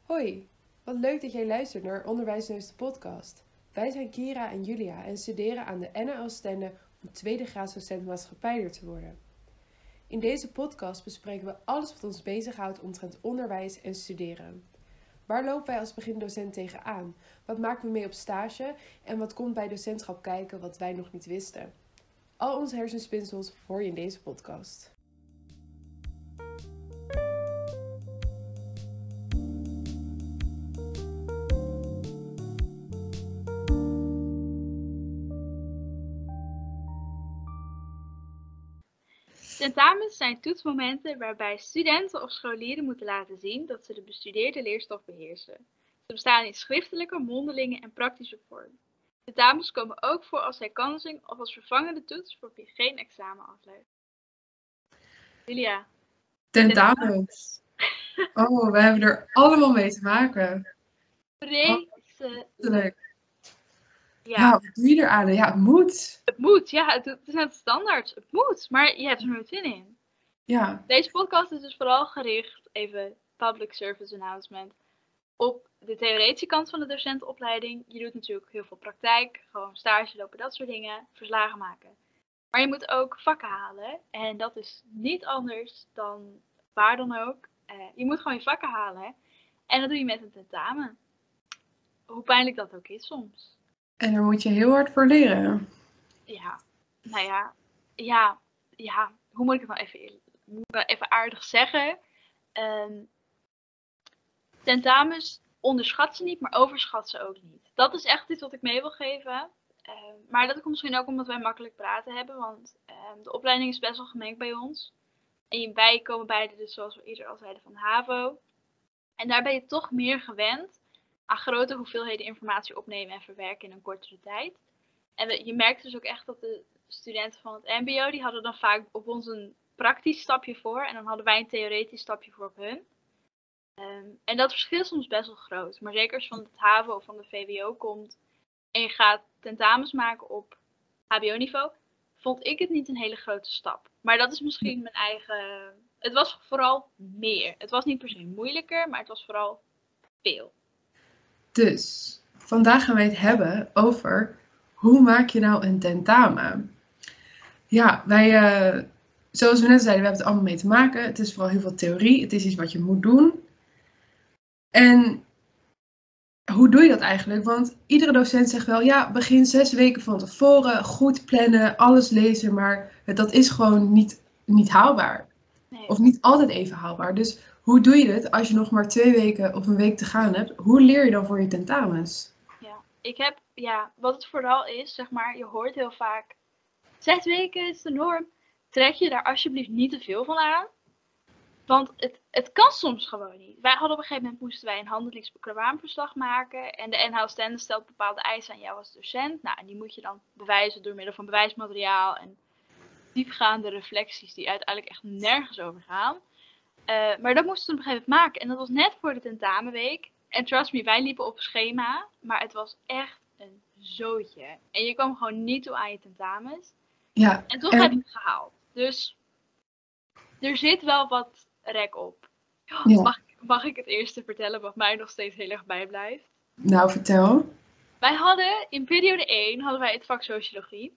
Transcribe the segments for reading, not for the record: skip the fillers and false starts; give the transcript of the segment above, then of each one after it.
Hoi, wat leuk dat jij luistert naar Onderwijsneus de podcast. Wij zijn Kira en Julia en studeren aan de NL Stende om tweede graadsdocent maatschappijleer te worden. In deze podcast bespreken we alles wat ons bezighoudt omtrent onderwijs en studeren. Waar lopen wij als begindocent tegenaan? Wat maken we mee op stage? En wat komt bij docentschap kijken wat wij nog niet wisten? Al onze hersenspinsels hoor je in deze podcast. Tentamens zijn toetsmomenten waarbij studenten of scholieren moeten laten zien dat ze de bestudeerde leerstof beheersen. Ze bestaan in schriftelijke, mondelinge en praktische vorm. Tentamens komen ook voor als herkansing of als vervangende toets voor wie geen examen aflegt. Julia. Tentamens. Oh, we hebben er allemaal mee te maken. Vreselijk. Ja, wat doe je eraan? Ja, het moet. Het moet, ja, het is net standaard. Het moet, maar je hebt er nooit zin in. Ja. Deze podcast is dus vooral gericht, even public service announcement, op de theoretische kant van de docentenopleiding. Je doet natuurlijk heel veel praktijk, gewoon stage lopen, dat soort dingen, verslagen maken. Maar je moet ook vakken halen en dat is niet anders dan waar dan ook. Je moet gewoon je vakken halen en dat doe je met een tentamen. Hoe pijnlijk dat ook is soms. En daar moet je heel hard voor leren. Ja, nou ja, hoe moet ik het nou even aardig zeggen? Tentamens onderschat ze niet, maar overschat ze ook niet. Dat is echt iets wat ik mee wil geven. Maar dat komt misschien ook omdat wij makkelijk praten hebben, want de opleiding is best wel gemengd bij ons. En wij komen beide dus, zoals we eerder al zeiden, van de HAVO. En daar ben je toch meer gewend aan grote hoeveelheden informatie opnemen en verwerken in een kortere tijd. En je merkt dus ook echt dat de studenten van het mbo, die hadden dan vaak op ons een praktisch stapje voor. En dan hadden wij een theoretisch stapje voor op hun. En dat verschil is soms best wel groot. Maar zeker als je van het HAVO of van de VWO komt en je gaat tentamens maken op HBO-niveau, vond ik het niet een hele grote stap. Maar dat is misschien mijn eigen... Het was vooral meer. Het was niet per se moeilijker, maar het was vooral veel. Dus, vandaag gaan wij het hebben over hoe maak je nou een tentamen? Ja, zoals we net zeiden, we hebben het allemaal mee te maken. Het is vooral heel veel theorie. Het is iets wat je moet doen. En hoe doe je dat eigenlijk? Want iedere docent zegt wel, ja, begin 6 weken van tevoren, goed plannen, alles lezen, maar dat is gewoon niet haalbaar. Nee. Of niet altijd even haalbaar. Dus hoe doe je het als je nog maar 2 weken of een week te gaan hebt? Hoe leer je dan voor je tentamens? Wat het vooral is, zeg maar, je hoort heel vaak, 6 weken is de norm. Trek je daar alsjeblieft niet te veel van aan. Want het kan soms gewoon niet. Wij hadden op een gegeven moment moesten wij een handelingskraamverslag maken. En de NL Stende stelt bepaalde eisen aan jou als docent. Nou, en die moet je dan bewijzen door middel van bewijsmateriaal en diepgaande reflecties die uiteindelijk echt nergens over gaan. Maar dat moesten we op een gegeven moment maken. En dat was net voor de tentamenweek. En trust me, wij liepen op schema. Maar het was echt een zootje. En je kwam gewoon niet toe aan je tentamens. Ja, en toch heb ik het gehaald. Dus er zit wel wat rek op. Ja. Mag ik het eerste vertellen wat mij nog steeds heel erg bijblijft? Nou, vertel. Wij hadden in periode 1 hadden wij het vak sociologie.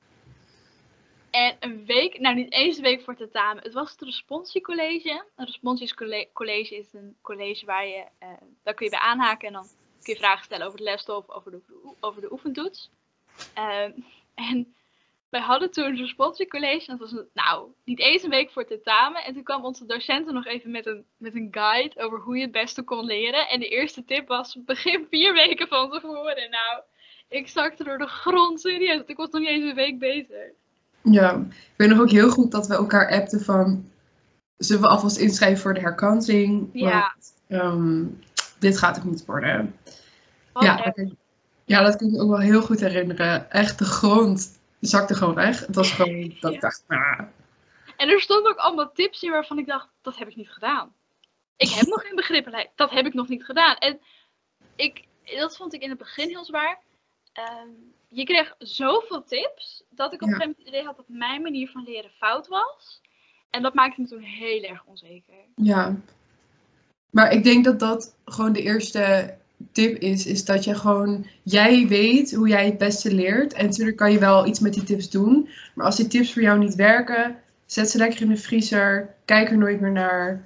En een week, nou niet eens een week voor het tentamen. Het was het responsiecollege. Een responsiecollege is een college waar je, daar kun je bij aanhaken. En dan kun je vragen stellen over de lesstof, over de oefentoets. En wij hadden toen een responsiecollege. En dat was niet eens een week voor het tentamen. En toen kwam onze docenten nog even met een guide over hoe je het beste kon leren. En de eerste tip was, begin 4 weken van tevoren. En ik zakte door de grond, serieus. Ik was nog niet eens een week bezig. Ja, ik weet nog ook heel goed dat we elkaar appten van, zullen we alvast inschrijven voor de herkansing? Ja. Want dit gaat het niet worden. Ja, dat kan ik me ook wel heel goed herinneren. Echt, de grond zakte gewoon weg. Het was gewoon, dat ik dacht, En er stonden ook allemaal tips in waarvan ik dacht, dat heb ik niet gedaan. Ik heb nog geen begrippenlijst, dat heb ik nog niet gedaan. En dat vond ik in het begin heel zwaar. Je kreeg zoveel tips, dat ik op een gegeven moment het idee had dat mijn manier van leren fout was. En dat maakte me toen heel erg onzeker. Ja. Maar ik denk dat dat gewoon de eerste tip is dat je gewoon, jij weet hoe jij het beste leert. En natuurlijk kan je wel iets met die tips doen. Maar als die tips voor jou niet werken, zet ze lekker in de vriezer. Kijk er nooit meer naar.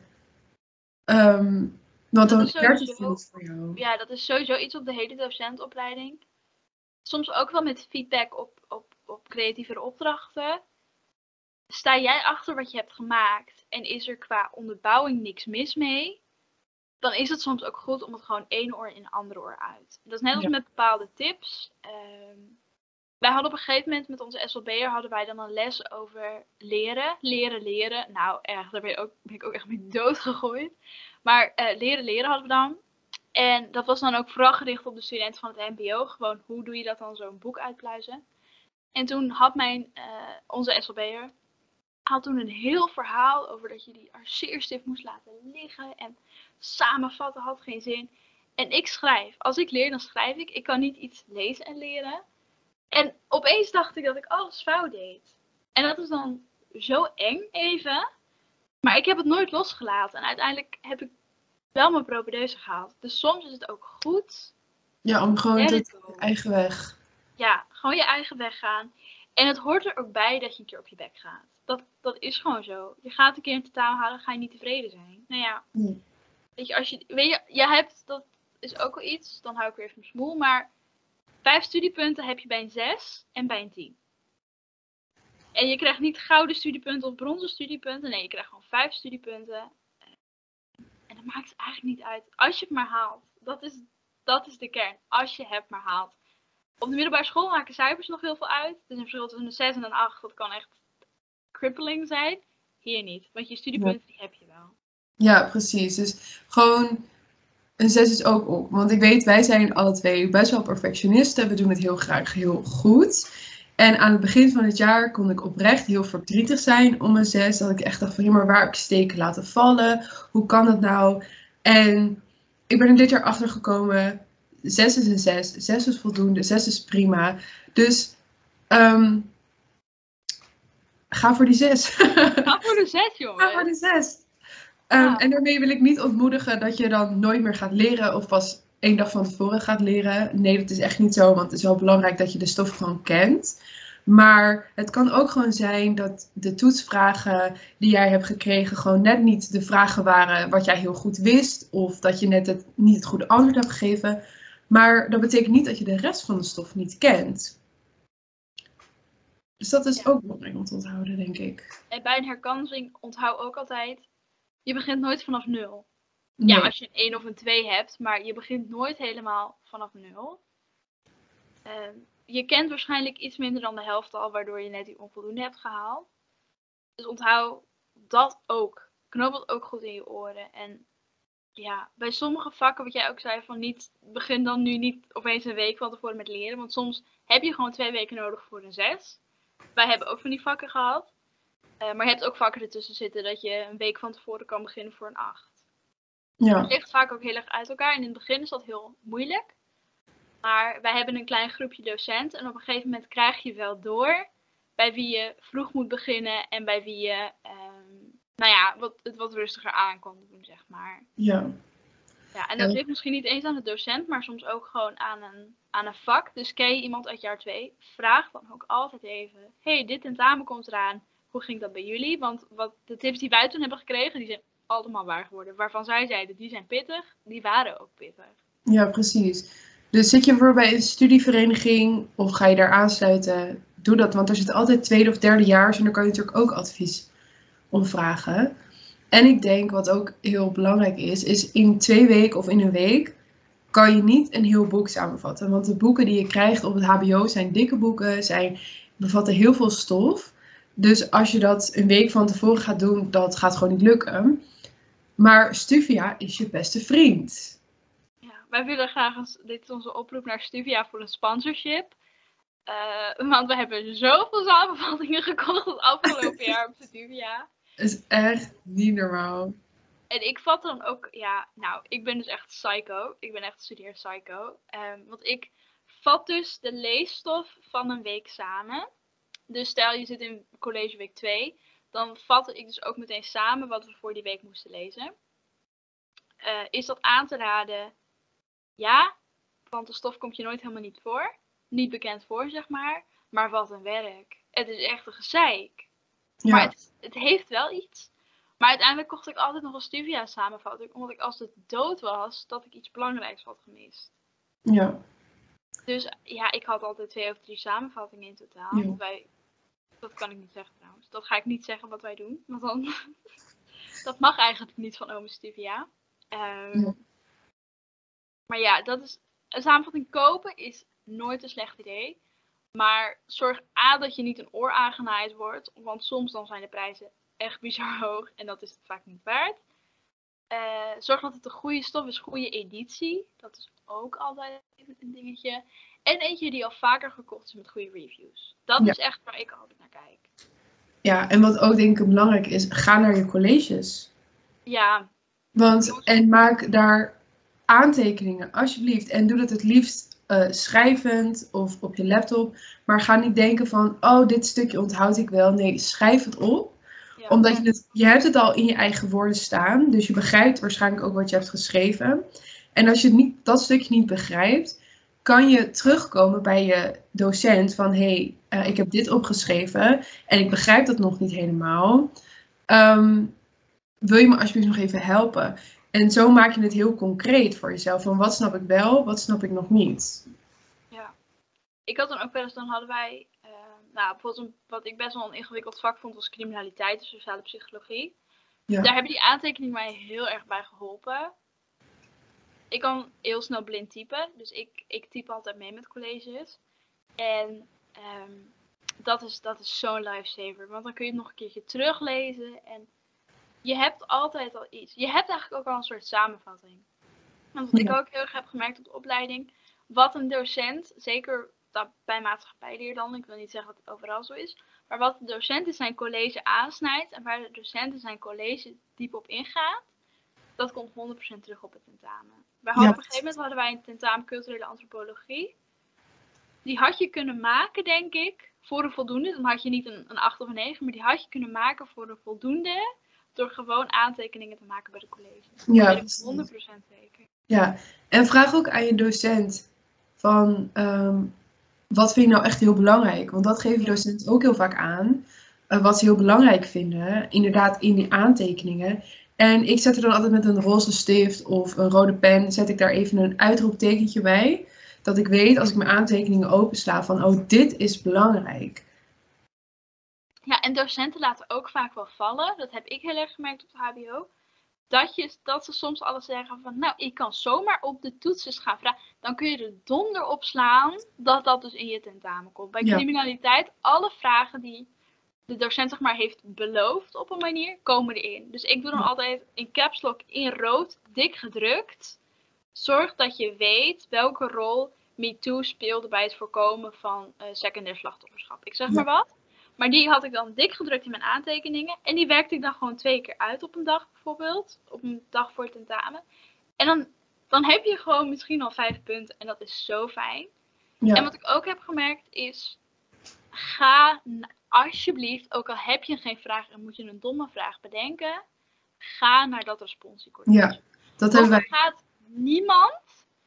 Want Dat dan is werkt het sowieso, niet voor jou. ja, dat is sowieso iets op de hele docentopleiding. Soms ook wel met feedback op creatievere opdrachten. Sta jij achter wat je hebt gemaakt en is er qua onderbouwing niks mis mee, dan is het soms ook goed om het gewoon één oor in, andere oor uit. Dat is net als Ja. met bepaalde tips. Wij hadden op een gegeven moment met onze SLB'er hadden wij dan een les over leren. Leren. Nou, echt, daar ben ik ook echt mee doodgegooid. Maar leren hadden we dan. En dat was dan ook vooral gericht op de studenten van het mbo. Gewoon, hoe doe je dat dan zo'n boek uitpluizen? En toen had onze SLB'er had toen een heel verhaal over dat je die arceerstift moest laten liggen. En samenvatten had geen zin. En ik schrijf. Als ik leer, dan schrijf ik. Ik kan niet iets lezen en leren. En opeens dacht ik dat ik alles fout deed. En dat is dan zo eng even. Maar ik heb het nooit losgelaten. En uiteindelijk heb ik wel mijn propedeuse gehaald. Dus soms is het ook goed. Ja, om gewoon Let je it go. eigen weg. Ja, gewoon je eigen weg gaan. En het hoort er ook bij dat je een keer op je bek gaat. Dat is gewoon zo. Je gaat een keer een tentamen halen, ga je niet tevreden zijn. Nou ja, Nee. weet je, je hebt, dat is ook wel iets, dan hou ik weer even mijn smoel, maar 5 studiepunten heb je bij een 6 en bij een 10. En je krijgt niet gouden studiepunten of bronzen studiepunten, nee, je krijgt gewoon 5 studiepunten. En dat maakt het eigenlijk niet uit. Als je het maar haalt, dat is de kern. Als je het maar haalt. Op de middelbare school maken cijfers nog heel veel uit. Dus een verschil tussen een 6 en een 8, dat kan echt crippling zijn. Hier niet, want je studiepunten die heb je wel. Ja, precies. Dus gewoon een 6 is ook op. Want ik weet, wij zijn alle twee best wel perfectionisten. We doen het heel graag heel goed. En aan het begin van het jaar kon ik oprecht heel verdrietig zijn om een 6. Dat ik echt dacht van, ja, maar waar heb ik steken laten vallen? Hoe kan dat nou? En ik ben er dit jaar achter gekomen. 6 is een 6. 6 is voldoende. 6 is prima. Dus ga voor die 6. Ga voor de 6, jongen. Ga voor de 6. Ja. En daarmee wil ik niet ontmoedigen dat je dan nooit meer gaat leren of pas 1 dag van tevoren gaat leren. Nee, dat is echt niet zo, want het is wel belangrijk dat je de stof gewoon kent. Maar het kan ook gewoon zijn dat de toetsvragen die jij hebt gekregen gewoon net niet de vragen waren wat jij heel goed wist. Of dat je net niet het goede antwoord hebt gegeven. Maar dat betekent niet dat je de rest van de stof niet kent. Dus dat is ook belangrijk om te onthouden, denk ik. En bij een herkansing onthoud ook altijd, je begint nooit vanaf 0. Nee. Ja, als je een 1 of een 2 hebt, maar je begint nooit helemaal vanaf 0. Je kent waarschijnlijk iets minder dan de helft al, waardoor je net die onvoldoende hebt gehaald. Dus onthoud dat ook. Knoop het ook goed in je oren. En ja, bij sommige vakken, wat jij ook zei, van niet, begin dan nu niet opeens een week van tevoren met leren. Want soms heb je gewoon 2 weken nodig voor een 6. Wij hebben ook van die vakken gehad. Maar je hebt ook vakken ertussen zitten dat je een week van tevoren kan beginnen voor een 8. Ja. Het ligt vaak ook heel erg uit elkaar. En in het begin is dat heel moeilijk. Maar wij hebben een klein groepje docenten. En op een gegeven moment krijg je wel door bij wie je vroeg moet beginnen. En bij wie je het wat rustiger aan kan doen, zeg maar. Ja. Ja, en dat ligt misschien niet eens aan de docent, maar soms ook gewoon aan een vak. Dus ken je iemand uit jaar 2, vraag dan ook altijd even. Hey, dit tentamen komt eraan. Hoe ging dat bij jullie? Want de tips die wij toen hebben gekregen, die zijn allemaal waar geworden. Waarvan zij zeiden, die zijn pittig, die waren ook pittig. Ja, precies. Dus zit je voor bij een studievereniging of ga je daar aansluiten? Doe dat, want er zitten altijd tweede of derde jaars en daar kan je natuurlijk ook advies om vragen. En ik denk wat ook heel belangrijk is in 2 weken of in een week kan je niet een heel boek samenvatten. Want de boeken die je krijgt op het HBO zijn dikke boeken, bevatten heel veel stof. Dus als je dat een week van tevoren gaat doen, dat gaat gewoon niet lukken. Maar Stuvia is je beste vriend. Ja, wij willen graag, dit is onze oproep naar Stuvia voor een sponsorship. Want we hebben zoveel samenvattingen gekocht het afgelopen jaar op Stuvia. Het is echt niet normaal. En ik vat dan ook, ik ben dus echt psycho. Ik ben echt studeerpsycho. Want ik vat dus de leesstof van een week samen. Dus stel je zit in college week 2, dan vatte ik dus ook meteen samen wat we voor die week moesten lezen. Is dat aan te raden? Ja, want de stof komt je nooit helemaal niet voor. Niet bekend voor, zeg maar. Maar wat een werk. Het is echt een gezeik. Ja. Maar het heeft wel iets. Maar uiteindelijk kocht ik altijd nog een Stevia samenvatting. Omdat ik als het dood was, dat ik iets belangrijks had gemist. Ja. Dus ja, ik had altijd 2 of 3 samenvattingen in totaal. Ja. Dat kan ik niet zeggen trouwens. Dat ga ik niet zeggen wat wij doen. Want dan... dat mag eigenlijk niet van ome Stevia. Ja. Maar ja, een samenvatting kopen is nooit een slecht idee. Maar zorg dat je niet een oor aangenaaid wordt. Want soms dan zijn de prijzen echt bizar hoog. En dat is het vaak niet waard. Zorg dat het een goede stof is, goede editie. Dat is ook altijd een dingetje. En eentje die al vaker gekocht is met goede reviews. Dat is echt waar ik altijd naar kijk. Ja, en wat ook denk ik belangrijk is, ga naar je colleges. Ja. En maak daar aantekeningen, alsjeblieft. En doe dat het liefst schrijvend of op je laptop. Maar ga niet denken van, oh, dit stukje onthoud ik wel. Nee, schrijf het op. Ja. Omdat je hebt het al in je eigen woorden staan. Dus je begrijpt waarschijnlijk ook wat je hebt geschreven. En als je dat stukje niet begrijpt, kan je terugkomen bij je docent van, hey, ik heb dit opgeschreven en ik begrijp dat nog niet helemaal. Wil je me alsjeblieft nog even helpen? En zo maak je het heel concreet voor jezelf. Van wat snap ik wel, wat snap ik nog niet? Ja. Ik had dan ook wel eens, dan hadden wij... bijvoorbeeld wat ik best wel een ingewikkeld vak vond was criminaliteit en sociale psychologie. Ja. Daar hebben die aantekeningen mij heel erg bij geholpen. Ik kan heel snel blind typen, dus ik type altijd mee met colleges. En dat is zo'n lifesaver, want dan kun je het nog een keertje teruglezen en je hebt altijd al iets. Je hebt eigenlijk ook al een soort samenvatting. Want wat ik ook heel erg heb gemerkt op de opleiding, wat een docent, zeker bij maatschappijleer dan, ik wil niet zeggen dat het overal zo is, maar wat de docent in zijn college aansnijdt en waar de docent in zijn college diep op ingaat, dat komt 100% terug op het tentamen. Op een gegeven moment hadden wij een tentamen culturele antropologie. Die had je kunnen maken, denk ik, voor een voldoende. Dan had je niet een 8 of een 9, maar die had je kunnen maken voor een voldoende door gewoon aantekeningen te maken bij de college. Ja, dat weet ik 100% zeker. Ja, en vraag ook aan je docent van wat vind je nou echt heel belangrijk? Want dat geven docenten ook heel vaak aan. Wat ze heel belangrijk vinden, inderdaad in die aantekeningen. En ik zet er dan altijd met een roze stift of een rode pen, zet ik daar even een uitroeptekentje bij. Dat ik weet als ik mijn aantekeningen opensla van, oh, dit is belangrijk. Ja, en docenten laten ook vaak wel vallen. Dat heb ik heel erg gemerkt op de HBO. Dat ze soms alles zeggen van, nou, ik kan zomaar op de toetsen gaan vragen. Dan kun je er donder op slaan dat dat dus in je tentamen komt. Bij criminaliteit, alle vragen die de docent zeg maar heeft beloofd op een manier, komen erin. Dus ik doe dan altijd in caps lock in rood, dik gedrukt. Zorg dat je weet welke rol MeToo speelde bij het voorkomen van secundair slachtofferschap. Ik zeg maar wat. Maar die had ik dan dik gedrukt in mijn aantekeningen. En die werkte ik dan gewoon 2 keer uit op een dag bijvoorbeeld. Op een dag voor het tentamen. En dan heb je gewoon misschien al 5 punten. En dat is zo fijn. Ja. En wat ik ook heb gemerkt is... Ga alsjeblieft, ook al heb je geen vraag en moet je een domme vraag bedenken. Ga naar dat responsiecollege. Ja, dat hebben wij. Gaat niemand.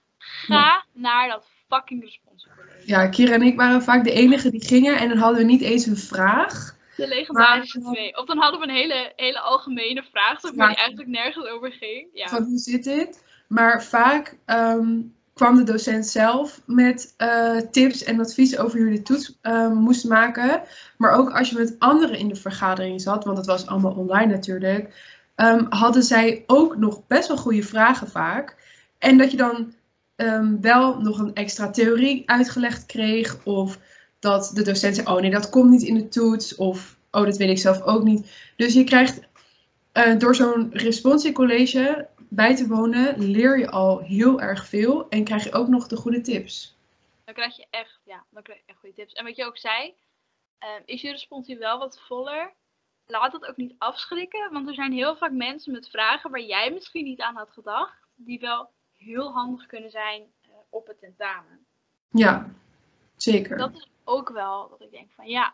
Ga naar dat fucking responsiecollege. Ja, Kira en ik waren vaak de enige die gingen en dan hadden we niet eens een vraag. De legendarische 2. Of dan hadden we een hele algemene vraag, die eigenlijk nergens over ging. Ja. Van hoe zit dit? Maar vaak kwam de docent zelf met tips en advies over hoe je de toets moest maken. Maar ook als je met anderen in de vergadering zat, want het was allemaal online natuurlijk, hadden zij ook nog best wel goede vragen vaak. En dat je dan wel nog een extra theorie uitgelegd kreeg. Of dat de docent zei, oh nee, dat komt niet in de toets. Of, oh, dat weet ik zelf ook niet. Dus je krijgt door zo'n responsiecollege bij te wonen, leer je al heel erg veel. En krijg je ook nog de goede tips. Dan krijg je echt goede tips. En wat je ook zei, is je responsie wel wat voller. Laat dat ook niet afschrikken. Want er zijn heel vaak mensen met vragen waar jij misschien niet aan had gedacht. Die wel heel handig kunnen zijn op het tentamen. Ja, zeker. Dat is ook wel dat ik denk van ja.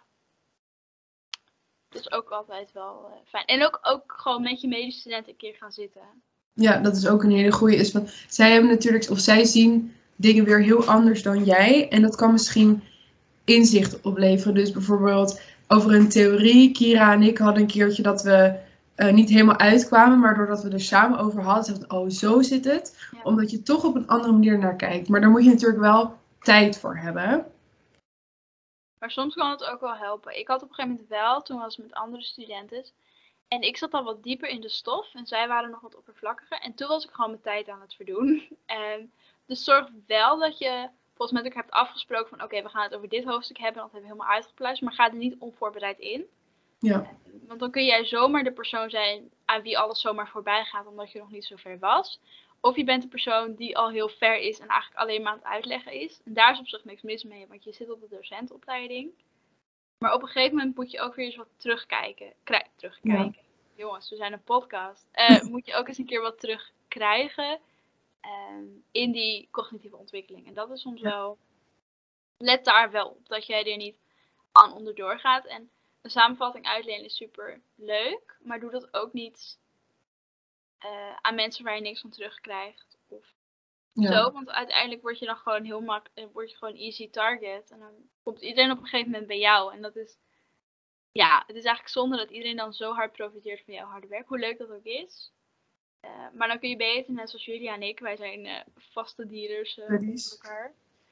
Dat is ook altijd wel fijn. En ook gewoon met je medestudenten een keer gaan zitten. Ja, dat is ook een hele goeie. Is van, zij hebben natuurlijk, of zij zien dingen weer heel anders dan jij. En dat kan misschien inzicht opleveren. Dus bijvoorbeeld over een theorie. Kira en ik hadden een keertje dat we niet helemaal uitkwamen. Maar doordat we er samen over hadden, zeiden we, oh, zo zit het. Ja. Omdat je toch op een andere manier naar kijkt. Maar daar moet je natuurlijk wel tijd voor hebben. Maar soms kan het ook wel helpen. Ik had op een gegeven moment wel, toen was het met andere studenten. En ik zat al wat dieper in de stof en zij waren nog wat oppervlakkiger. En toen was ik gewoon mijn tijd aan het verdoen. En dus zorg wel dat je volgens mij ook hebt afgesproken van oké, we gaan het over dit hoofdstuk hebben. Dat hebben we helemaal uitgepluisterd. Maar ga er niet onvoorbereid in. Ja. Want dan kun jij zomaar de persoon zijn aan wie alles zomaar voorbij gaat omdat je nog niet zo ver was. Of je bent de persoon die al heel ver is en eigenlijk alleen maar aan het uitleggen is. En daar is op zich niks mis mee, want je zit op de docentenopleiding. Maar op een gegeven moment moet je ook weer eens wat terugkijken. Terugkijken. Ja. Jongens, we zijn een podcast. Moet je ook eens een keer wat terugkrijgen in die cognitieve ontwikkeling. En dat is soms wel... Let daar wel op, dat jij er niet aan onderdoor gaat. En een samenvatting uitlenen is super leuk. Maar doe dat ook niet aan mensen waar je niks van terugkrijgt. Of zo, want uiteindelijk word je dan gewoon heel makkelijk, word je gewoon easy target. En dan komt iedereen op een gegeven moment bij jou. En dat is, ja, het is eigenlijk zonde dat iedereen dan zo hard profiteert van jouw harde werk. Hoe leuk dat ook is. Maar dan kun je beter, net zoals Julia en ik, wij zijn vaste dealers met elkaar.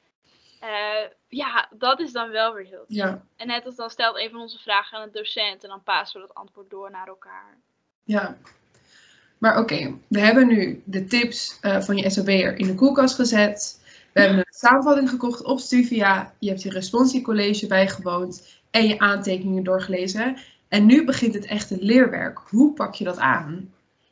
Ja, dat is dan wel weer heel tof. Ja. En net als dan stelt een van onze vragen aan de docent en dan passen we dat antwoord door naar elkaar. Ja. Maar oké, we hebben nu de tips van je SOB'er in de koelkast gezet. We hebben een samenvatting gekocht op Stuvia. Je hebt je responsiecollege bijgewoond en je aantekeningen doorgelezen. En nu begint het echte leerwerk. Hoe pak je dat aan?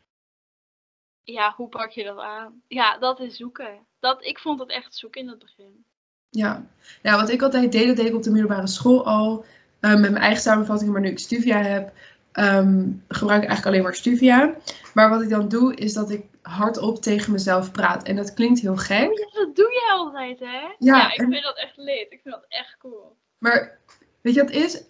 Ja, hoe pak je dat aan? Ja, dat is zoeken. Ik vond het echt zoeken in het begin. Ja, wat ik altijd deed, dat deed ik op de middelbare school al. Met mijn eigen samenvattingen, maar nu ik Stuvia heb, gebruik ik eigenlijk alleen maar Stuvia. Maar wat ik dan doe, is dat ik hardop tegen mezelf praat. En dat klinkt heel gek. Oh ja, dat doe je altijd, hè? Ja, ik vind dat echt leuk. Ik vind dat echt cool. Maar weet je wat het is?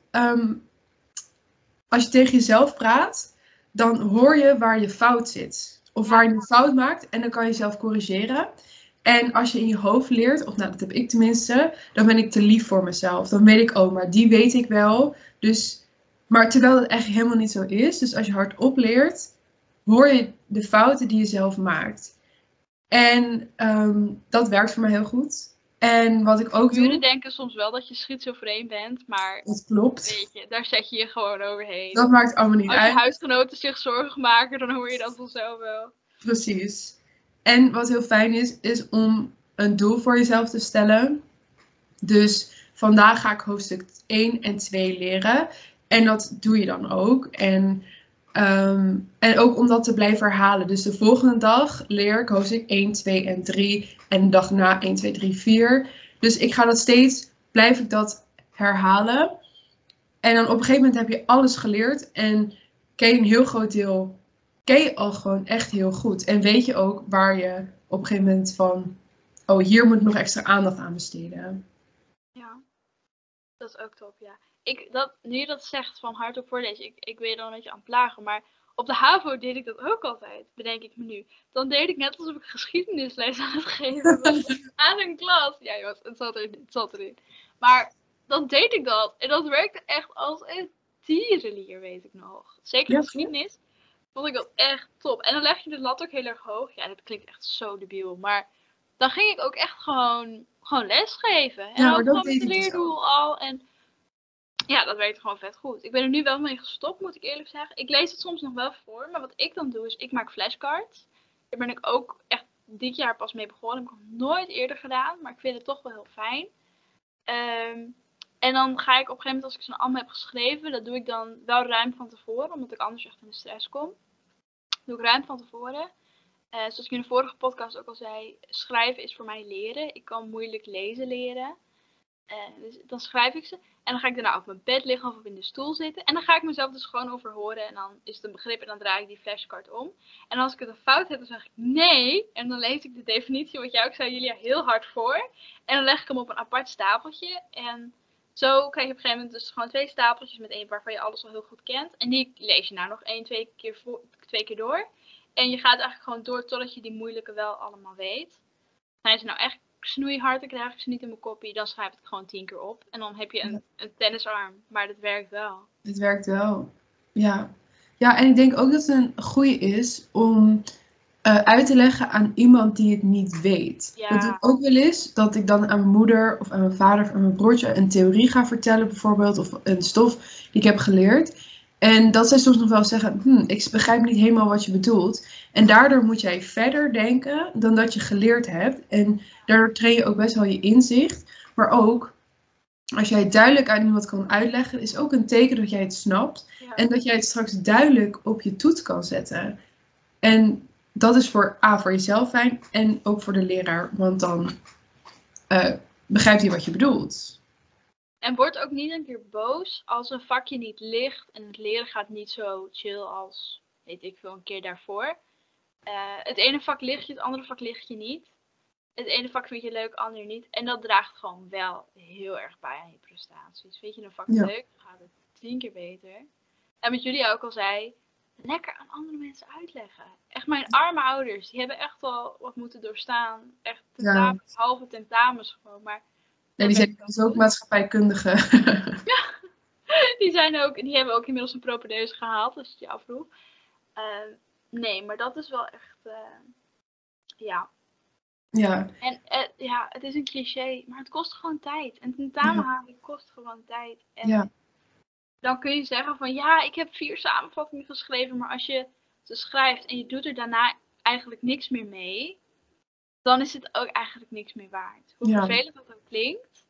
Als je tegen jezelf praat, dan hoor je waar je fout zit. Of waar je een fout maakt en dan kan je jezelf corrigeren. En als je in je hoofd leert, of nou dat heb ik tenminste, dan ben ik te lief voor mezelf. Dan weet ik, oh, maar die weet ik wel. Dus, maar terwijl dat echt helemaal niet zo is. Dus als je hardop leert, hoor je de fouten die je zelf maakt. En dat werkt voor mij heel goed. En wat ik ook doe... Jullie denken soms wel dat je schizofreen bent, maar... Dat klopt. Weet je, daar zet je je gewoon overheen. Dat maakt allemaal niet uit. Als je huisgenoten zich zorgen maken, dan hoor je dat vanzelf wel. Precies. En wat heel fijn is om een doel voor jezelf te stellen. Dus vandaag ga ik hoofdstuk 1 en 2 leren. En dat doe je dan ook. En ook om dat te blijven herhalen. Dus de volgende dag leer ik hoofdstuk 1, 2 en 3. En de dag na 1, 2, 3, 4. Dus ik ga dat steeds, blijf ik dat herhalen. En dan op een gegeven moment heb je alles geleerd. En ken je een heel groot deel, ken je al gewoon echt heel goed. En weet je ook waar je op een gegeven moment van, oh, hier moet ik nog extra aandacht aan besteden. Ja, dat is ook top, ja. Nu je dat zegt van hardop voorlezen, ik ben je dan een beetje aan het plagen, maar op de HAVO deed ik dat ook altijd, bedenk ik me nu. Dan deed ik net alsof ik geschiedenisles aan het geven was aan een klas. Ja jongens, het zat erin. Maar dan deed ik dat en dat werkte echt als een tierenlier, weet ik nog. Zeker geschiedenis vond ik dat echt top. En dan leg je de lat ook heel erg hoog. Ja, dat klinkt echt zo debiel, maar dan ging ik ook echt gewoon lesgeven. En ook gewoon met de leerdoel al. En ja, dat werkt gewoon vet goed. Ik ben er nu wel mee gestopt, moet ik eerlijk zeggen. Ik lees het soms nog wel voor, maar wat ik dan doe is, ik maak flashcards. Daar ben ik ook echt dit jaar pas mee begonnen. Dat heb ik nog nooit eerder gedaan, maar ik vind het toch wel heel fijn. En dan ga ik op een gegeven moment, als ik zo'n allemaal heb geschreven, dat doe ik dan wel ruim van tevoren, omdat ik anders echt in de stress kom. Dat doe ik ruim van tevoren. Zoals ik in de vorige podcast ook al zei, schrijven is voor mij leren. Ik kan moeilijk lezen leren. Dus dan schrijf ik ze. En dan ga ik daarna op mijn bed liggen of op in de stoel zitten. En dan ga ik mezelf dus gewoon overhoren. En dan is het een begrip en dan draai ik die flashcard om. En als ik het een fout heb, dan zeg ik nee. En dan lees ik de definitie, wat jij ook zei, Julia, heel hard voor. En dan leg ik hem op een apart stapeltje. En zo krijg je op een gegeven moment dus gewoon 2 stapeltjes met één waarvan je alles al heel goed kent. En die lees je nou nog 2 keer door. En je gaat eigenlijk gewoon door totdat je die moeilijke wel allemaal weet. Zijn ze nou echt snoeihard, dan krijg ik ze niet in mijn kopie. Dan schrijf ik het gewoon 10 keer op. En dan heb je een tennisarm. Maar dat werkt wel. Het werkt wel. Ja. Ja, en ik denk ook dat het een goede is om uit te leggen aan iemand die het niet weet. Ja. Dat doe ik ook wel eens, dat ik dan aan mijn moeder of aan mijn vader of aan mijn broertje een theorie ga vertellen bijvoorbeeld, of een stof die ik heb geleerd. En dat zij soms nog wel zeggen, ik begrijp niet helemaal wat je bedoelt. En daardoor moet jij verder denken dan dat je geleerd hebt. En daardoor train je ook best wel je inzicht. Maar ook, als jij het duidelijk aan iemand kan uitleggen, is ook een teken dat jij het snapt. Ja. En dat jij het straks duidelijk op je toets kan zetten. En dat is voor jezelf fijn en ook voor de leraar. Want dan begrijpt hij wat je bedoelt. En word ook niet een keer boos als een vakje niet ligt en het leren gaat niet zo chill als, weet ik veel, een keer daarvoor. Het ene vak ligt je, het andere vak ligt je niet. Het ene vak vind je leuk, het andere niet. En dat draagt gewoon wel heel erg bij aan je prestaties. Vind je een vak leuk, dan gaat het 10 keer beter. En wat jullie ook al zei, lekker aan andere mensen uitleggen. Echt mijn arme ouders, die hebben echt wel wat moeten doorstaan. Echt tentamens, halve tentamens gewoon, maar... Ja, die zijn dus ook maatschappijkundige. Ja, die hebben ook inmiddels een propedeuse gehaald, als je het je afvroeg. Nee, maar dat is wel echt, ja. Ja. En het is een cliché, maar het kost gewoon tijd. En tentamen halen kost gewoon tijd. En dan kun je zeggen van, ja, ik heb 4 samenvattingen geschreven, maar als je ze schrijft en je doet er daarna eigenlijk niks meer mee, dan is het ook eigenlijk niks meer waard. Hoe vervelend dat ook klinkt,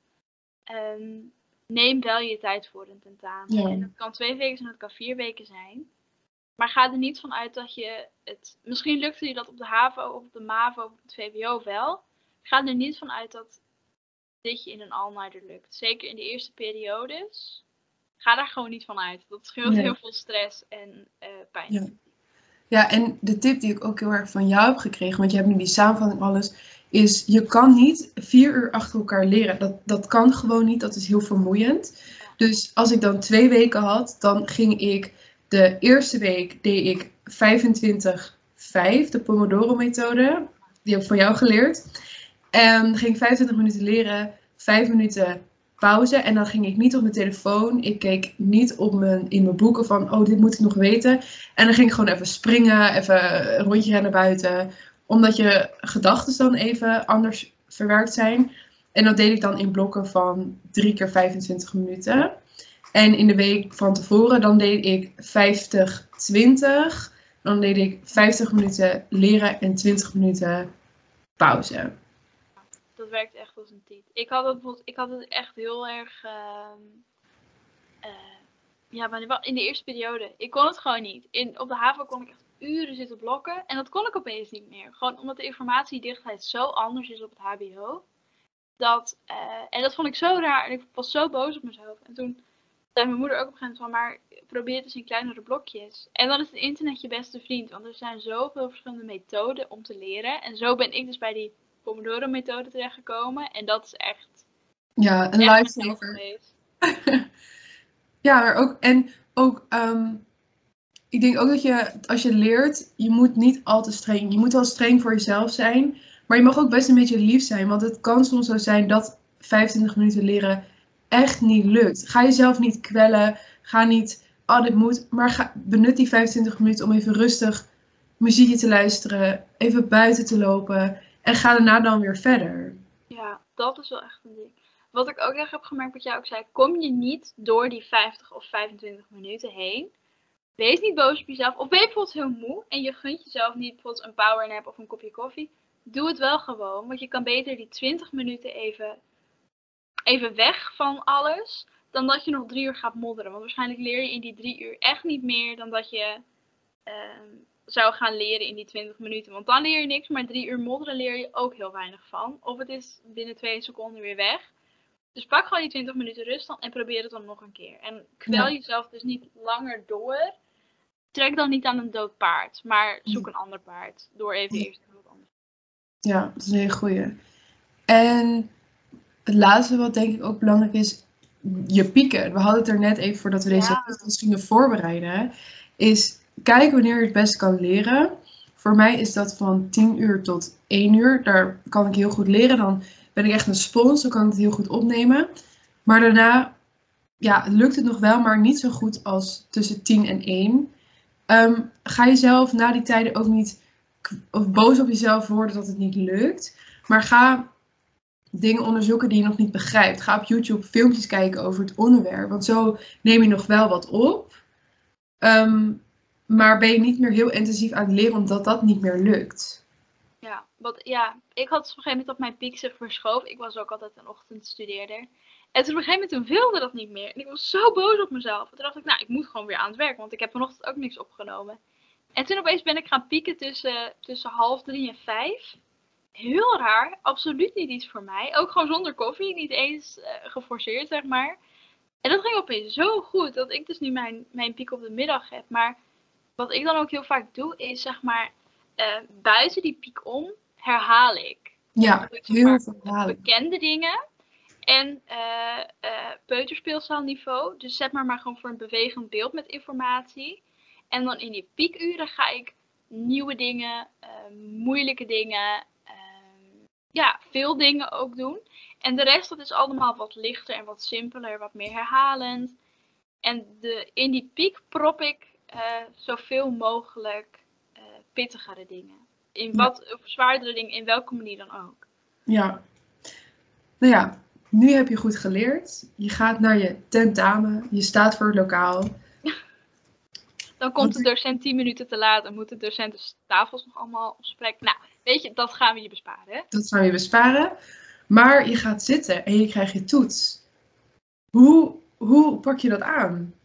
neem wel je tijd voor een tentamen. Ja. En dat kan 2 weken zijn, dat kan 4 weken zijn. Maar ga er niet van uit dat je het... Misschien lukte je dat op de HAVO of op de MAVO of op het VWO wel. Ga er niet van uit dat dit je in een all-nighter lukt. Zeker in de eerste periodes. Ga daar gewoon niet van uit. Dat scheelt heel veel stress en pijn. Ja. Ja, en de tip die ik ook heel erg van jou heb gekregen, want je hebt nu die samenvatting alles, is je kan niet 4 uur achter elkaar leren. Dat kan gewoon niet, dat is heel vermoeiend. Dus als ik dan 2 weken had, dan ging ik de eerste week deed ik 25-5, de Pomodoro-methode. Die heb ik van jou geleerd. En dan ging ik 25 minuten leren, 5 minuten pauze. En dan ging ik niet op mijn telefoon. Ik keek niet in mijn boeken van, dit moet ik nog weten. En dan ging ik gewoon even springen, even een rondje rennen buiten. Omdat je gedachten dan even anders verwerkt zijn. En dat deed ik dan in blokken van 3 keer 25 minuten. En in de week van tevoren, dan deed ik 50-20. Dan deed ik 50 minuten leren en 20 minuten pauze. Dat werkt echt als een tiet. Ik had het echt heel erg... in de eerste periode. Ik kon het gewoon niet. Op de HAVO kon ik echt uren zitten blokken. En dat kon ik opeens niet meer. Gewoon omdat de informatiedichtheid zo anders is op het HBO. En dat vond ik zo raar. En ik was zo boos op mezelf. En toen zei mijn moeder ook op een gegeven moment van, maar probeer het eens in kleinere blokjes. En dan is het internet je beste vriend, want er zijn zoveel verschillende methoden om te leren. En zo ben ik dus bij die Pomodoro-methode terechtgekomen. En dat is echt... Ja, een lifesaver. Ja, maar ook, ik denk ook dat je, als je leert, je moet niet al te streng. Je moet wel streng voor jezelf zijn, maar je mag ook best een beetje lief zijn. Want het kan soms zo zijn dat 25 minuten leren echt niet lukt. Ga jezelf niet kwellen. Ga niet, dit moet. Maar benut die 25 minuten om even rustig muziekje te luisteren. Even buiten te lopen. En ga daarna dan weer verder. Ja, dat is wel echt een ding. Wat ik ook echt heb gemerkt, wat jij ook zei. Kom je niet door die 50 of 25 minuten heen. Wees niet boos op jezelf. Of ben je bijvoorbeeld heel moe. En je gunt jezelf niet bijvoorbeeld een powernap of een kopje koffie. Doe het wel gewoon. Want je kan beter die 20 minuten even weg van alles, dan dat je nog 3 uur gaat modderen. Want waarschijnlijk leer je in die 3 uur echt niet meer dan dat je zou gaan leren in die 20 minuten. Want dan leer je niks, maar 3 uur modderen leer je ook heel weinig van. Of het is binnen 2 seconden weer weg. Dus pak gewoon die 20 minuten rust dan en probeer het dan nog een keer. En kwel jezelf dus niet langer door. Trek dan niet aan een dood paard, maar zoek een ander paard. Door even eerst wat anders. Ja, dat is een hele goeie. En het laatste wat denk ik ook belangrijk is, je pieken. We hadden het er net even voordat we deze podcast gingen voorbereiden. Is kijk wanneer je het best kan leren. Voor mij is dat van 10 uur tot 1 uur. Daar kan ik heel goed leren. Dan ben ik echt een spons, dan kan ik het heel goed opnemen. Maar daarna lukt het nog wel, maar niet zo goed als tussen 10 en 1. Ga je zelf na die tijden ook niet of boos op jezelf worden dat het niet lukt. Maar ga dingen onderzoeken die je nog niet begrijpt. Ga op YouTube filmpjes kijken over het onderwerp. Want zo neem je nog wel wat op. Maar ben je niet meer heel intensief aan het leren omdat dat niet meer lukt. Ik had op een gegeven moment op mijn piek zich verschoven. Ik was ook altijd een ochtendstudeerder. En toen op een gegeven moment wilde dat niet meer. En ik was zo boos op mezelf. En toen dacht ik, ik moet gewoon weer aan het werk. Want ik heb vanochtend ook niks opgenomen. En toen opeens ben ik gaan pieken tussen 2:30 en 5. Heel raar. Absoluut niet iets voor mij. Ook gewoon zonder koffie. Niet eens geforceerd, zeg maar. En dat ging opeens zo goed. Dat ik dus nu mijn piek op de middag heb. Maar wat ik dan ook heel vaak doe, is zeg maar buiten die piek om herhaal ik. Ja, heel veel herhalen. Bekende dingen. En peuterspeelzaalniveau. Dus zet maar gewoon voor een bewegend beeld met informatie. En dan in die piekuren ga ik nieuwe dingen, moeilijke dingen, veel dingen ook doen. En de rest, dat is allemaal wat lichter en wat simpeler, wat meer herhalend. En in die piek prop ik zoveel mogelijk pittigere dingen. Of zwaardere dingen, in welke manier dan ook. Ja. Nou ja, nu heb je goed geleerd. Je gaat naar je tentamen. Je staat voor het lokaal. Dan komt de docent 10 minuten te laat. Dan moeten de docenten tafels nog allemaal op spreken. Nou, weet je, dat gaan we je besparen. Hè? Dat gaan we je besparen. Maar je gaat zitten en je krijgt je toets. Hoe pak je dat aan?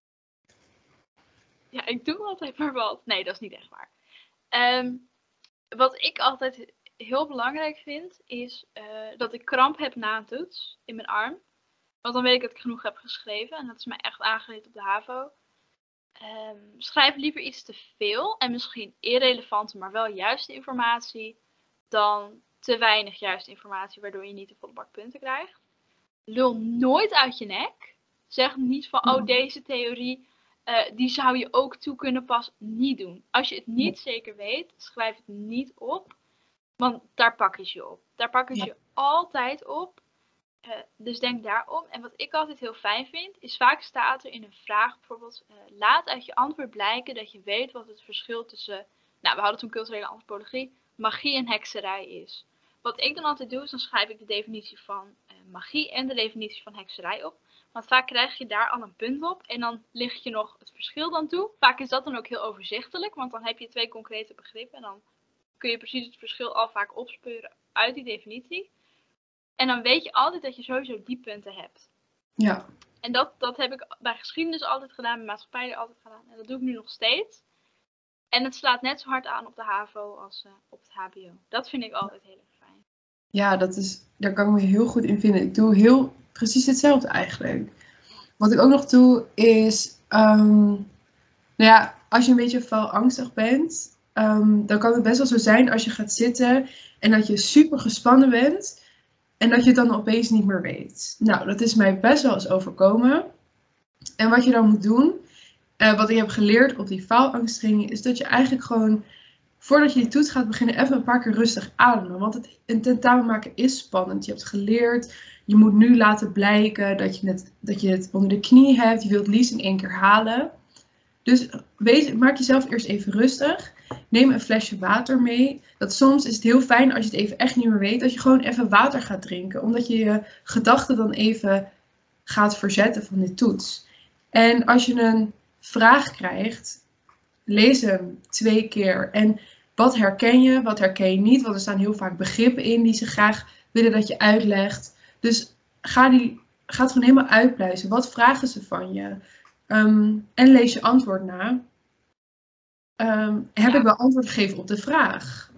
Ja, ik doe altijd maar wat. Nee, dat is niet echt waar. Wat ik altijd heel belangrijk vind, is dat ik kramp heb na een toets in mijn arm. Want dan weet ik dat ik genoeg heb geschreven. En dat is mij echt aangeleerd op de HAVO. Schrijf liever iets te veel en misschien irrelevante, maar wel juiste informatie, dan te weinig juiste informatie, waardoor je niet de volle bak punten krijgt. Lul nooit uit je nek. Zeg niet van, deze theorie, die zou je ook toe kunnen passen. Niet doen. Als je het niet zeker weet, schrijf het niet op. Want daar pakken ze je op. Daar pakken ze je altijd op. Dus denk daarom. En wat ik altijd heel fijn vind, is vaak staat er in een vraag bijvoorbeeld, laat uit je antwoord blijken dat je weet wat het verschil tussen, we hadden toen culturele antropologie, magie en hekserij is. Wat ik dan altijd doe, is dan schrijf ik de definitie van magie en de definitie van hekserij op. Want vaak krijg je daar al een punt op en dan ligt je nog het verschil dan toe. Vaak is dat dan ook heel overzichtelijk, want dan heb je 2 concrete begrippen en dan kun je precies het verschil al vaak opspeuren uit die definitie. En dan weet je altijd dat je sowieso die punten hebt. Ja. En dat heb ik bij geschiedenis altijd gedaan, bij maatschappij altijd gedaan. En dat doe ik nu nog steeds. En het slaat net zo hard aan op de HAVO als op het HBO. Dat vind ik altijd heel erg fijn. Ja, daar kan ik me heel goed in vinden. Ik doe precies hetzelfde eigenlijk. Wat ik ook nog doe is, als je een beetje angstig bent, dan kan het best wel zo zijn als je gaat zitten en dat je super gespannen bent. En dat je het dan opeens niet meer weet. Nou, dat is mij best wel eens overkomen. En wat je dan moet doen, wat ik heb geleerd op die faalangsttraining, is dat je eigenlijk gewoon, voordat je die toets gaat beginnen, even een paar keer rustig ademen. Want een tentamen maken is spannend. Je hebt geleerd, je moet nu laten blijken dat je het onder de knie hebt. Je wilt het liefst in 1 keer halen. Dus maak jezelf eerst even rustig. Neem een flesje water mee. Soms is het heel fijn als je het even echt niet meer weet. Dat je gewoon even water gaat drinken. Omdat je je gedachten dan even gaat verzetten van die toets. En als je een vraag krijgt, lees hem 2 keer. En wat herken je, wat herken je niet? Want er staan heel vaak begrippen in die ze graag willen dat je uitlegt. Dus ga het gewoon helemaal uitpluizen. Wat vragen ze van je? En lees je antwoord na. Heb ik wel antwoord gegeven op de vraag?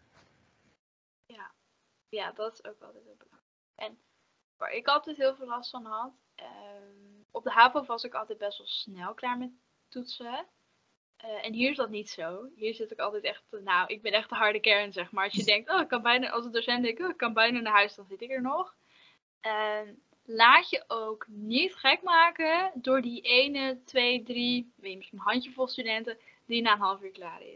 Ja, dat is ook altijd heel belangrijk. En waar ik altijd heel veel last van had, op de HAVO was ik altijd best wel snel klaar met toetsen. En hier is dat niet zo. Hier zit ik altijd echt, ik ben echt de harde kern, zeg maar. Als je denkt, ik kan bijna, als een docent denkt, ik kan bijna naar huis, dan zit ik er nog. Laat je ook niet gek maken door die 1, 2, 3, weet je, misschien een handjevol studenten die na een half uur klaar is.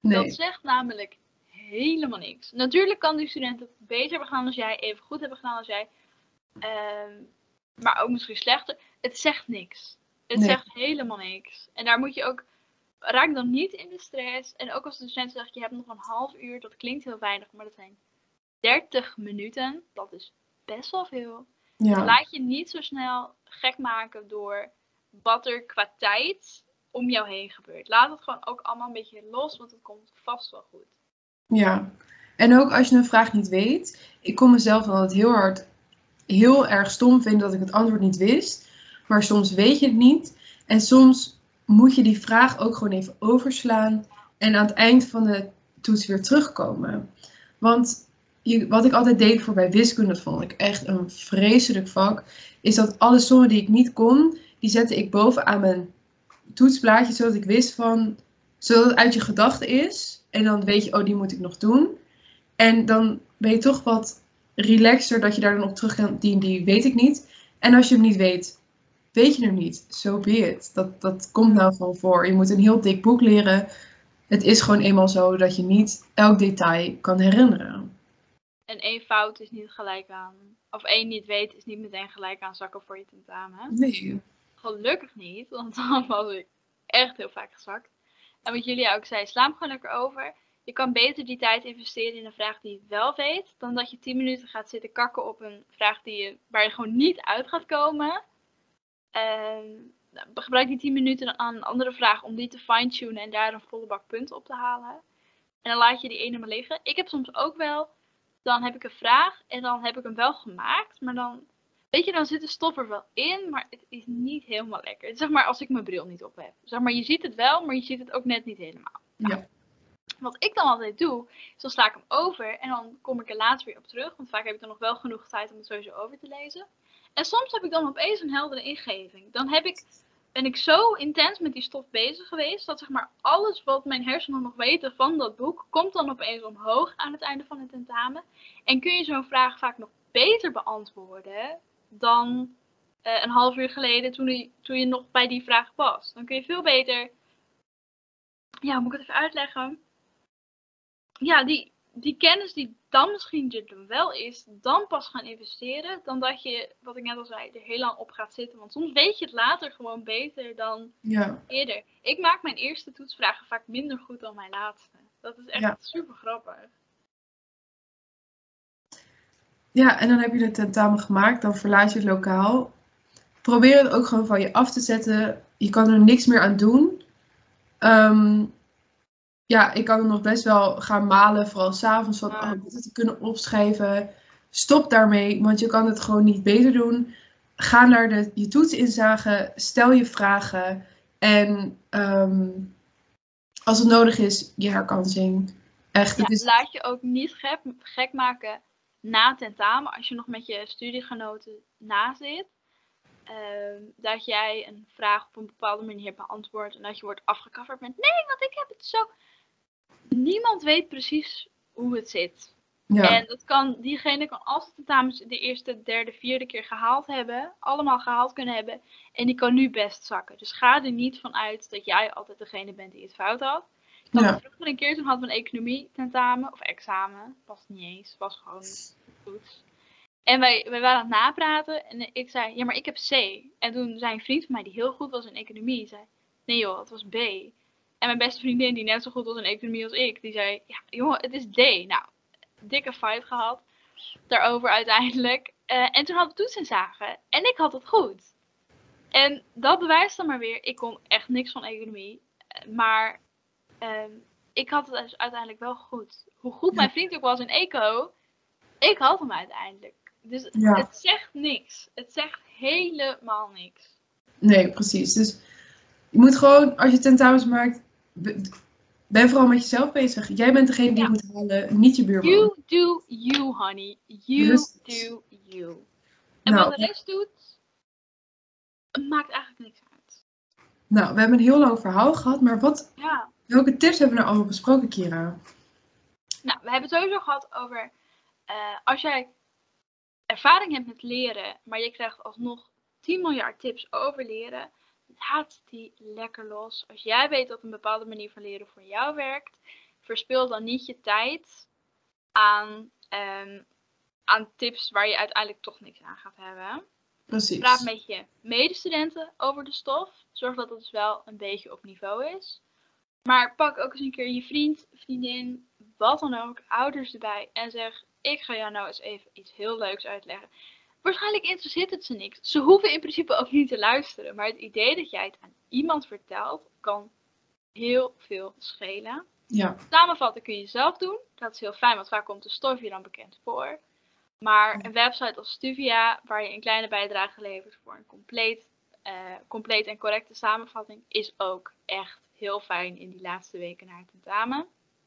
Nee. Dat zegt namelijk helemaal niks. Natuurlijk kan die student het beter hebben gedaan als jij, even goed hebben gedaan als jij. Maar ook misschien slechter. Het zegt niks. Het Nee. zegt helemaal niks. En daar moet je ook, raak dan niet in de stress. En ook als de student zegt, je hebt nog een half uur, dat klinkt heel weinig, maar dat zijn 30 minuten. Dat is best wel veel. Dus Ja. laat je niet zo snel gek maken door wat er qua tijd om jou heen gebeurt. Laat het gewoon ook allemaal een beetje los, want het komt vast wel goed. Ja. En ook als je een vraag niet weet. Ik kon mezelf dan altijd heel erg stom vinden dat ik het antwoord niet wist. Maar soms weet je het niet. En soms moet je die vraag ook gewoon even overslaan. En aan het eind van de toets weer terugkomen. Want wat ik altijd deed voor bij wiskunde, dat vond ik echt een vreselijk vak. Is dat alle sommen die ik niet kon, die zette ik bovenaan mijn toetsblaadje. Zodat ik wist zodat het uit je gedachten is. En dan weet je, oh, die moet ik nog doen. En dan ben je toch wat relaxer dat je daar dan op terug kan. Die weet ik niet. En als je hem niet weet, weet je hem niet. So be it. Dat komt nou gewoon voor. Je moet een heel dik boek leren. Het is gewoon eenmaal zo dat je niet elk detail kan herinneren. En 1 fout is niet gelijk aan, of 1 niet weet is niet meteen gelijk aan zakken voor je tentamen. Nee. Gelukkig niet, want dan was ik echt heel vaak gezakt. En wat jullie ook zei, sla hem gewoon lekker over. Je kan beter die tijd investeren in een vraag die je wel weet, dan dat je 10 minuten gaat zitten kakken op een vraag waar je gewoon niet uit gaat komen. Gebruik die 10 minuten aan een andere vraag om die te fine-tunen en daar een volle bak punten op te halen. En dan laat je die ene maar liggen. Ik heb soms ook wel, dan heb ik een vraag en dan heb ik hem wel gemaakt, maar dan, weet je, dan zit de stof er wel in, maar het is niet helemaal lekker. Het is zeg maar als ik mijn bril niet op heb. Zeg maar, je ziet het wel, maar je ziet het ook net niet helemaal. Ja. Wat ik dan altijd doe, is dan sla ik hem over en dan kom ik er later weer op terug. Want vaak heb ik dan nog wel genoeg tijd om het sowieso over te lezen. En soms heb ik dan opeens een heldere ingeving. Dan ben ik zo intens met die stof bezig geweest, dat zeg maar alles wat mijn hersenen nog weten van dat boek, komt dan opeens omhoog aan het einde van het tentamen. En kun je zo'n vraag vaak nog beter beantwoorden dan een half uur geleden toen je nog bij die vraag was. Dan kun je veel beter, ja, hoe moet ik het even uitleggen? Ja, die kennis die dan misschien er wel is, dan pas gaan investeren. Dan dat je, wat ik net al zei, er heel lang op gaat zitten. Want soms weet je het later gewoon beter dan eerder. Ik maak mijn eerste toetsvragen vaak minder goed dan mijn laatste. Dat is echt super grappig. Ja, en dan heb je het tentamen gemaakt, dan verlaat je het lokaal. Probeer het ook gewoon van je af te zetten. Je kan er niks meer aan doen. Ja, ik kan er nog best wel gaan malen, vooral 's avonds, van dit te kunnen opschrijven. Stop daarmee, want je kan het gewoon niet beter doen. Ga naar je toetsinzage, stel je vragen en als het nodig is, je herkansing. Echt, ja, laat je ook niet gek maken na tentamen, als je nog met je studiegenoten na zit. Dat jij een vraag op een bepaalde manier beantwoordt en dat je wordt afgekafferd met nee, want ik heb het zo. Niemand weet precies hoe het zit. Ja. En diegene kan als het tentamens de eerste, derde, vierde keer gehaald hebben, allemaal gehaald kunnen hebben. En die kan nu best zakken. Dus ga er niet van uit dat jij altijd degene bent die het fout had. Ik had het vroeger een keer, toen hadden we een economie tentamen, of examen. Was niet eens, was gewoon goed. En wij waren aan het napraten en ik zei, ja maar ik heb C. En toen zei een vriend van mij die heel goed was in economie, zei, nee joh, het was B. En mijn beste vriendin, die net zo goed was in economie als ik, die zei, ja jongen, het is D. Nou, dikke fight gehad daarover uiteindelijk. En toen hadden we toetsinzage en ik had het goed. En dat bewijst dan maar weer, ik kon echt niks van economie. Maar ik had het dus uiteindelijk wel goed. Hoe goed mijn vriend ook was in eco, ik had hem uiteindelijk. Dus het zegt niks. Het zegt helemaal niks. Nee, precies. Dus je moet gewoon, als je tentamens maakt, ben vooral met jezelf bezig. Jij bent degene die moet halen, niet je buurman. You do you, honey. You do you. En wat de rest doet, maakt eigenlijk niks uit. Nou, we hebben een heel lang verhaal gehad, maar welke tips hebben we nou allemaal besproken, Kira? Nou, we hebben het sowieso gehad over, als jij ervaring hebt met leren, maar je krijgt alsnog 10 miljard tips over leren, laat die lekker los. Als jij weet dat een bepaalde manier van leren voor jou werkt, verspil dan niet je tijd aan tips waar je uiteindelijk toch niks aan gaat hebben. Precies. Praat met je medestudenten over de stof. Zorg dat het dus wel een beetje op niveau is. Maar pak ook eens een keer je vriend, vriendin, wat dan ook, ouders erbij. En zeg, ik ga jou nou eens even iets heel leuks uitleggen. Waarschijnlijk interesseert het ze niks. Ze hoeven in principe ook niet te luisteren. Maar het idee dat jij het aan iemand vertelt, kan heel veel schelen. Ja. Samenvatten kun je zelf doen. Dat is heel fijn, want vaak komt de stof je dan bekend voor. Maar een website als Stuvia, waar je een kleine bijdrage levert voor een compleet en correcte samenvatting, is ook echt heel fijn in die laatste weken na het tentamen.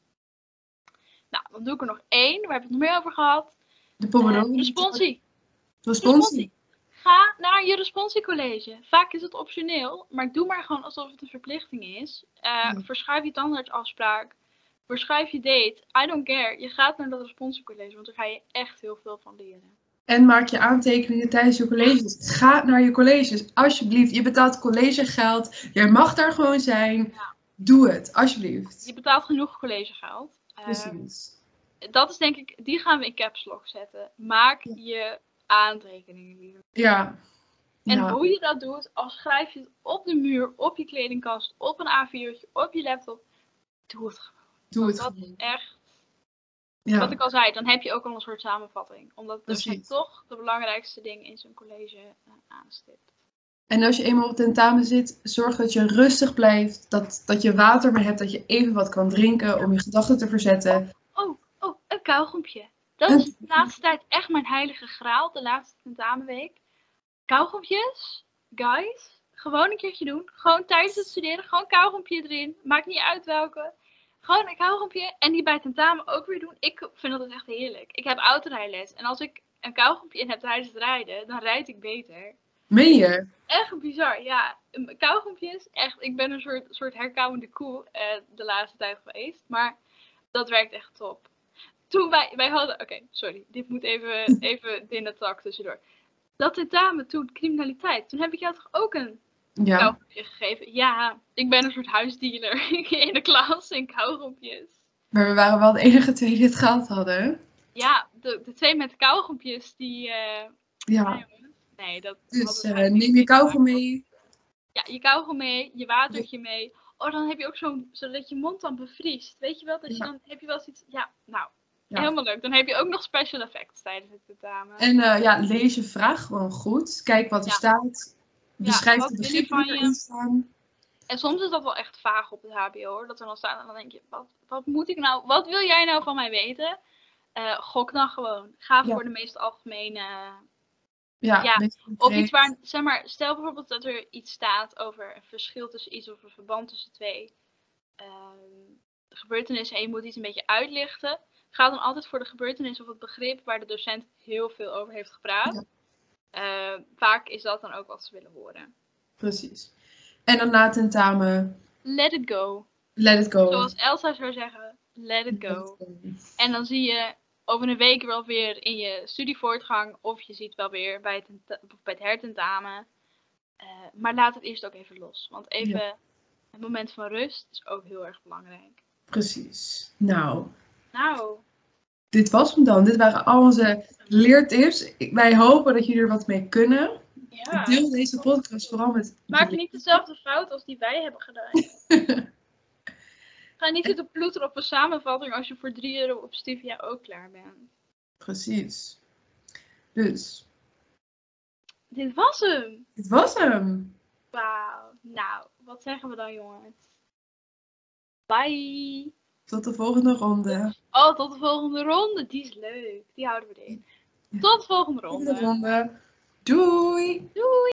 Nou, dan doe ik er nog 1. Waar hebben we het nog meer over gehad? De Pomodoro. Responsie. Responsie. Ga naar je responsiecollege. Vaak is het optioneel, maar doe maar gewoon alsof het een verplichting is. Verschuif je tandartsafspraak. Verschuif je date. I don't care. Je gaat naar dat responsiecollege, want daar ga je echt heel veel van leren. En maak je aantekeningen tijdens je colleges. Ga naar je colleges, alsjeblieft. Je betaalt collegegeld. Jij mag daar gewoon zijn. Ja. Doe het, alsjeblieft. Je betaalt genoeg collegegeld. Precies. Dat is denk ik, die gaan we in caps lock zetten. Maak je aantekeningen, lieve. Ja. En Ja. hoe je dat doet, al schrijf je het op de muur, op je kledingkast, op een A4'tje, op je laptop. Doe het gewoon. Doe het Dat is gewoon. echt, Ja. wat ik al zei, dan heb je ook al een soort samenvatting. Omdat de docent Precies. toch de belangrijkste dingen in zijn college aanstipt. En als je eenmaal op tentamen zit, zorg dat je rustig blijft. Dat je water bij hebt, dat je even wat kan drinken om je gedachten te verzetten. Oh, een kauwgompje. Dat is de laatste tijd echt mijn heilige graal, de laatste tentamenweek. Kauwgompjes, guys, gewoon een keertje doen. Gewoon tijdens het studeren, gewoon kauwgompje erin. Maakt niet uit welke. Gewoon een kauwgompje en die bij tentamen ook weer doen. Ik vind dat echt heerlijk. Ik heb autorijles en als ik een kauwgompje in heb tijdens het rijden, dan rijd ik beter. Meen je? Echt bizar, ja. Kauwgompjes, echt. Ik ben een soort herkauwende koe de laatste tijd geweest. Maar dat werkt echt top. Toen wij hadden... Oké, sorry. Dit moet even dinner talk tussendoor. Dat tentamen toen, criminaliteit. Toen heb ik jou toch ook een Ja. kauwgompje gegeven? Ja, ik ben een soort huisdealer in de klas in kauwgompjes. Maar we waren wel de enige twee die het gehad hadden. Ja, de 2 met kauwgompjes die... Ja. Nee, dat... Dus hadden we neem je kauwgom mee. Ja, je kauwgom mee, je watertje mee. Oh, dan heb je ook zodat je mond dan bevriest. Weet je wel? Dat je dan heb je wel zoiets... Ja, nou, helemaal leuk. Dan heb je ook nog special effects tijdens het tentamen. En lees je vraag gewoon goed. Kijk wat er staat. Beschrijf wat de wil je begrippen van die je? erin staan. En soms is dat wel echt vaag op het hbo hoor. Dat er dan staat en dan denk je, wat moet ik nou... Wat wil jij nou van mij weten? Gok dan gewoon. Ga voor de meest algemene... Ja, of iets waar, zeg maar, stel bijvoorbeeld dat er iets staat over een verschil tussen iets of een verband tussen 2 gebeurtenissen en je moet iets een beetje uitlichten. Ga dan altijd voor de gebeurtenis of het begrip waar de docent heel veel over heeft gepraat. Ja. Vaak is dat dan ook wat ze willen horen. Precies. En dan na tentamen... Let it go. Let it go. Zoals Elsa zou zeggen, let it go. En dan zie je over een week wel weer in je studievoortgang. Of je ziet wel weer bij het hertentamen. Maar laat het eerst ook even los. Want even een moment van rust is ook heel erg belangrijk. Precies. Nou. Dit was hem dan. Dit waren al onze leertips. Wij hopen dat jullie er wat mee kunnen. Ja. Deel deze podcast vooral met... Maak niet dezelfde fout als die wij hebben gedaan. Ga niet zitten ploeteren op een samenvatting als je voor €3 op Stuvia ook klaar bent. Precies. Dus. Dit was hem. Dit was hem. Wauw. Nou, wat zeggen we dan jongens? Bye. Tot de volgende ronde. Oh, tot de volgende ronde. Die is leuk. Die houden we erin. Tot de volgende ronde. Doei. Doei.